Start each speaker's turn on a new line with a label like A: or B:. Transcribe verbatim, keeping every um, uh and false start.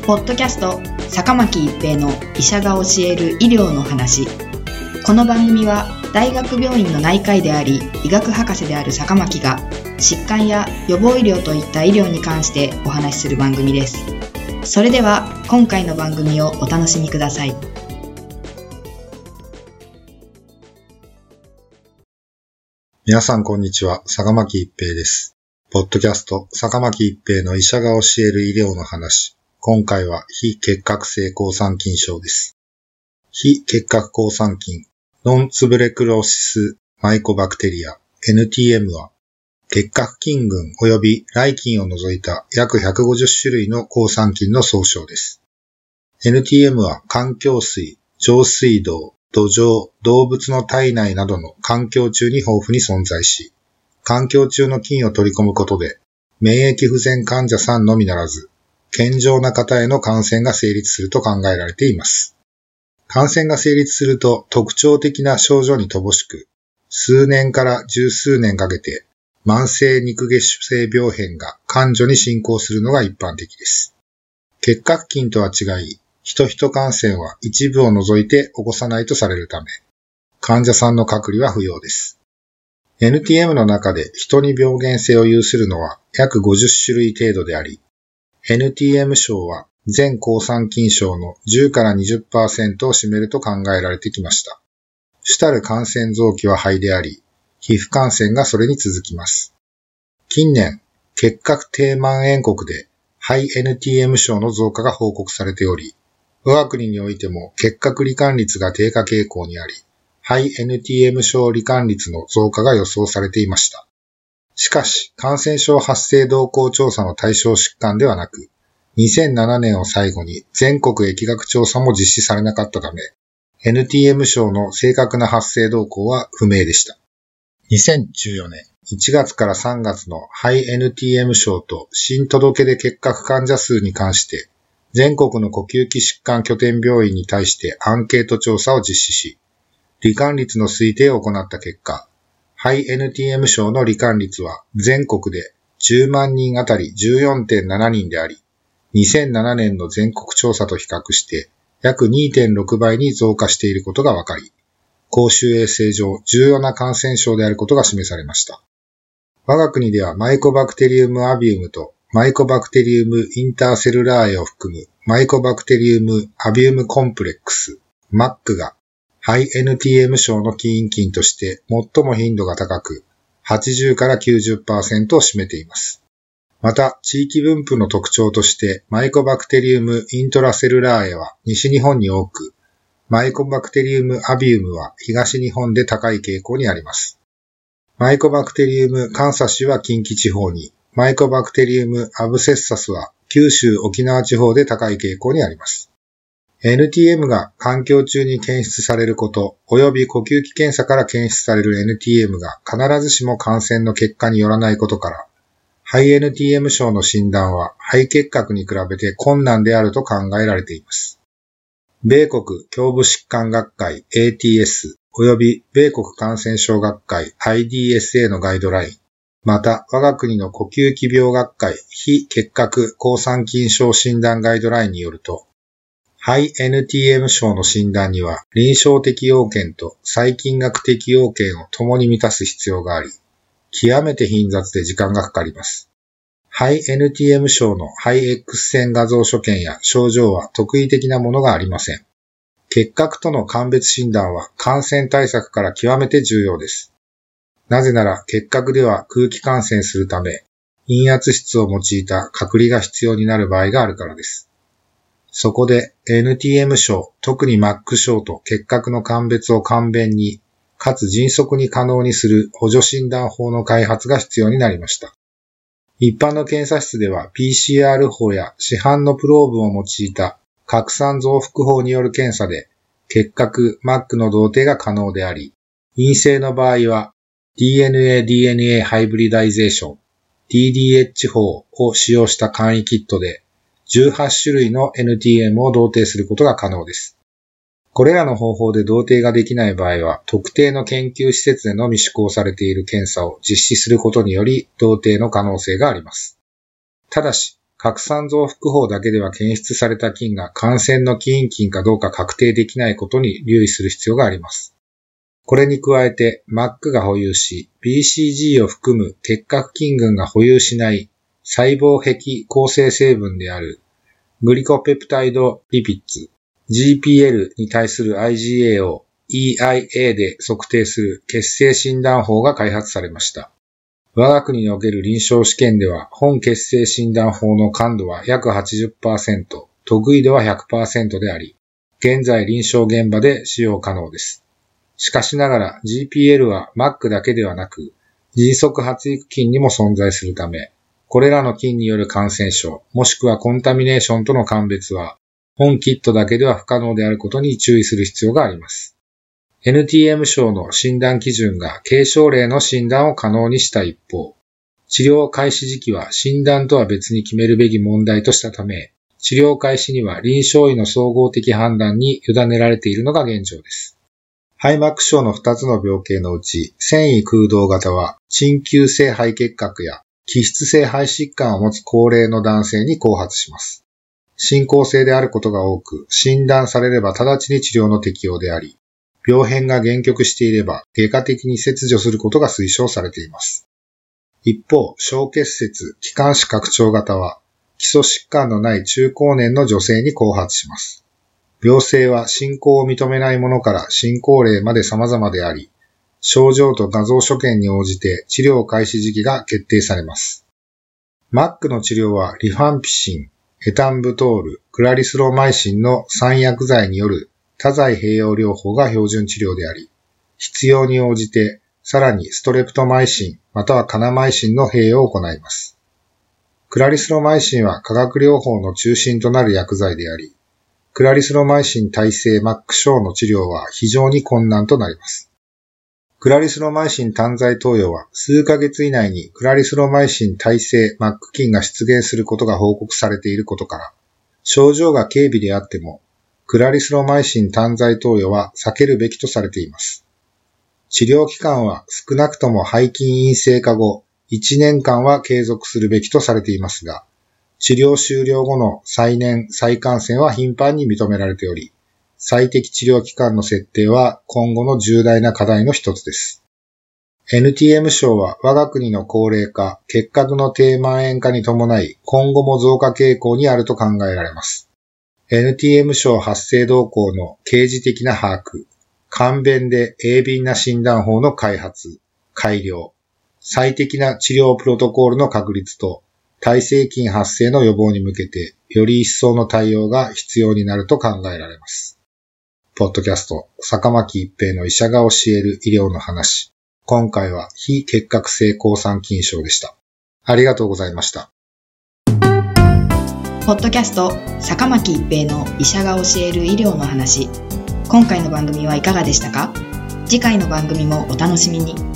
A: ポッドキャスト坂巻一平の医者が教える医療の話。この番組は大学病院の内科医であり医学博士である坂巻が疾患や予防医療といった医療に関してお話しする番組です。それでは今回の番組をお楽しみください。
B: 皆さんこんにちは、坂巻一平です。ポッドキャスト坂巻一平の医者が教える医療の話。今回は非結核性好酸菌症です。非結核好酸菌、ノンツブレクロシスマイコバクテリア エヌティーエム は結核菌群及び来菌を除いた約ひゃくごじゅっしゅるいの好酸菌の総称です。エヌティーエム は環境水、上水道、土壌、動物の体内などの環境中に豊富に存在し、環境中の菌を取り込むことで、免疫不全患者さんのみならず、健常な方への感染が成立すると考えられています。感染が成立すると特徴的な症状に乏しく、数年から十数年かけて、慢性肉下性病変が患者に進行するのが一般的です。結核菌とは違い、ヒトヒト感染は一部を除いて起こさないとされるため、患者さんの隔離は不要です。エヌティーエム の中で人に病原性を有するのは約ごじゅっしゅるい程度であり、エヌティーエム 症は全好酸菌症のじゅうからにじゅっパーセントを占めると考えられてきました。主たる感染臓器は肺であり、皮膚感染がそれに続きます。近年、結核低蔓延国で肺 エヌティーエム 症の増加が報告されており、我が国においても結核罹患率が低下傾向にあり、肺 エヌティーエム 症罹患率の増加が予想されていました。しかし、感染症発生動向調査の対象疾患ではなく、にせんななねんを最後に全国疫学調査も実施されなかったため、エヌティーエム 症の正確な発生動向は不明でした。にせんじゅうよねんいちがつからさんがつの肺 エヌティーエム 症と新届出結核患者数に関して、全国の呼吸器疾患拠点病院に対してアンケート調査を実施し、罹患率の推定を行った結果、肺 エヌティーエム 症の罹患率は全国でじゅうまんにんあたり じゅうよんてんななにんであり、にせんななねんの全国調査と比較して約 にてんろくばいに増加していることが分かり、公衆衛生上重要な感染症であることが示されました。我が国ではマイコバクテリウムアビウムとマイコバクテリウムインターセルラーエを含むマイコバクテリウムアビウムコンプレックス マック が肺 エヌティーエム 症の起因菌として最も頻度が高く、はちじゅうからきゅうじゅっパーセント を占めています。また、地域分布の特徴としてマイコバクテリウムイントラセルラーエは西日本に多く、マイコバクテリウムアビウムは東日本で高い傾向にあります。マイコバクテリウムカンサシは近畿地方に、マイコバクテリウムアブセッサスは九州沖縄地方で高い傾向にあります。エヌティーエム が環境中に検出されること、及び呼吸器検査から検出される エヌティーエム が必ずしも感染の結果によらないことから、肺 エヌティーエム 症の診断は肺結核に比べて困難であると考えられています。米国胸部疾患学会 エーティーエス 及び米国感染症学会 アイディーエスエー のガイドライン、また我が国の呼吸器病学会非結核好酸菌症診断ガイドラインによると、肺 エヌティーエム 症の診断には臨床的要件と細菌学的要件を共に満たす必要があり、極めて貧雑で時間がかかります。肺 エヌティーエム 症の肺 X 線画像所見や症状は特異的なものがありません。結核との鑑別診断は感染対策から極めて重要です。なぜなら結核では空気感染するため、陰圧室を用いた隔離が必要になる場合があるからです。そこで エヌティーエム 症、特にマック 症と結核の鑑別を簡便に、かつ迅速に可能にする補助診断法の開発が必要になりました。一般の検査室では ピーシーアール 法や市販のプローブを用いた拡散増幅法による検査で結核、マック の同定が可能であり、陰性の場合は ディーエヌエーディーエヌエー ハイブリダイゼーション、ディーディーエイチ 法を使用した簡易キットでじゅうはちしゅるいの エヌティーエム を同定することが可能です。これらの方法で同定ができない場合は、特定の研究施設でのみ施行されている検査を実施することにより同定の可能性があります。ただし、 核酸増幅法だけでは検出された菌が感染の起因菌かどうか確定できないことに留意する必要があります。これに加えて マック が保有し、ビーシージー を含む結核菌群が保有しない細胞壁構成成分であるグリコペプタイドリピッツ ジーピーエル に対する アイジーエー を イーアイエー で測定する血清診断法が開発されました。我が国における臨床試験では本血清診断法の感度は約 はちじゅっパーセント、特異度は ひゃくパーセント であり、現在臨床現場で使用可能です。しかしながら ジーピーエル は マック だけではなく、迅速発育菌にも存在するため、これらの菌による感染症、もしくはコンタミネーションとの鑑別は、本キットだけでは不可能であることに注意する必要があります。エヌティーエム 賞の診断基準が軽症例の診断を可能にした一方、治療開始時期は診断とは別に決めるべき問題としたため、治療開始には臨床医の総合的判断に委ねられているのが現状です。ハイマック症のふたつの病形のうち、線維空洞型は鎮急性肺結核や気質性肺疾患を持つ高齢の男性に後発します。進行性であることが多く、診断されれば直ちに治療の適用であり、病変が限局していれば外科的に切除することが推奨されています。一方、小結節気管支拡張型は基礎疾患のない中高年の女性に後発します。病性は進行を認めないものから進行例まで様々であり、症状と画像所見に応じて治療開始時期が決定されます。マック の治療はリファンピシン、エタンブトール、クラリスロマイシンのさん薬剤による多剤併用療法が標準治療であり、必要に応じてさらにストレプトマイシンまたはカナマイシンの併用を行います。クラリスロマイシンは化学療法の中心となる薬剤であり、クラリスロマイシン耐性 マック 症の治療は非常に困難となります。クラリスロマイシン単剤投与は数ヶ月以内にクラリスロマイシン耐性 マック 菌が出現することが報告されていることから、症状が軽微であっても、クラリスロマイシン単剤投与は避けるべきとされています。治療期間は少なくとも肺菌陰性化後いちねんかんは継続するべきとされていますが、治療終了後の再燃・再感染は頻繁に認められており、最適治療期間の設定は今後の重大な課題の一つです。エヌティーエム 症は我が国の高齢化、結核の低蔓延化に伴い今後も増加傾向にあると考えられます。エヌティーエム 症発生動向の刑事的な把握、簡便で鋭敏な診断法の開発、改良、最適な治療プロトコールの確立と耐性菌発生の予防に向けてより一層の対応が必要になると考えられます。ポッドキャスト、坂巻一平の医者が教える医療の話。今回は非結核性好酸菌症でした。ありがとうございました。
A: ポッドキャスト、坂巻一平の医者が教える医療の話。今回の番組はいかがでしたか？次回の番組もお楽しみに。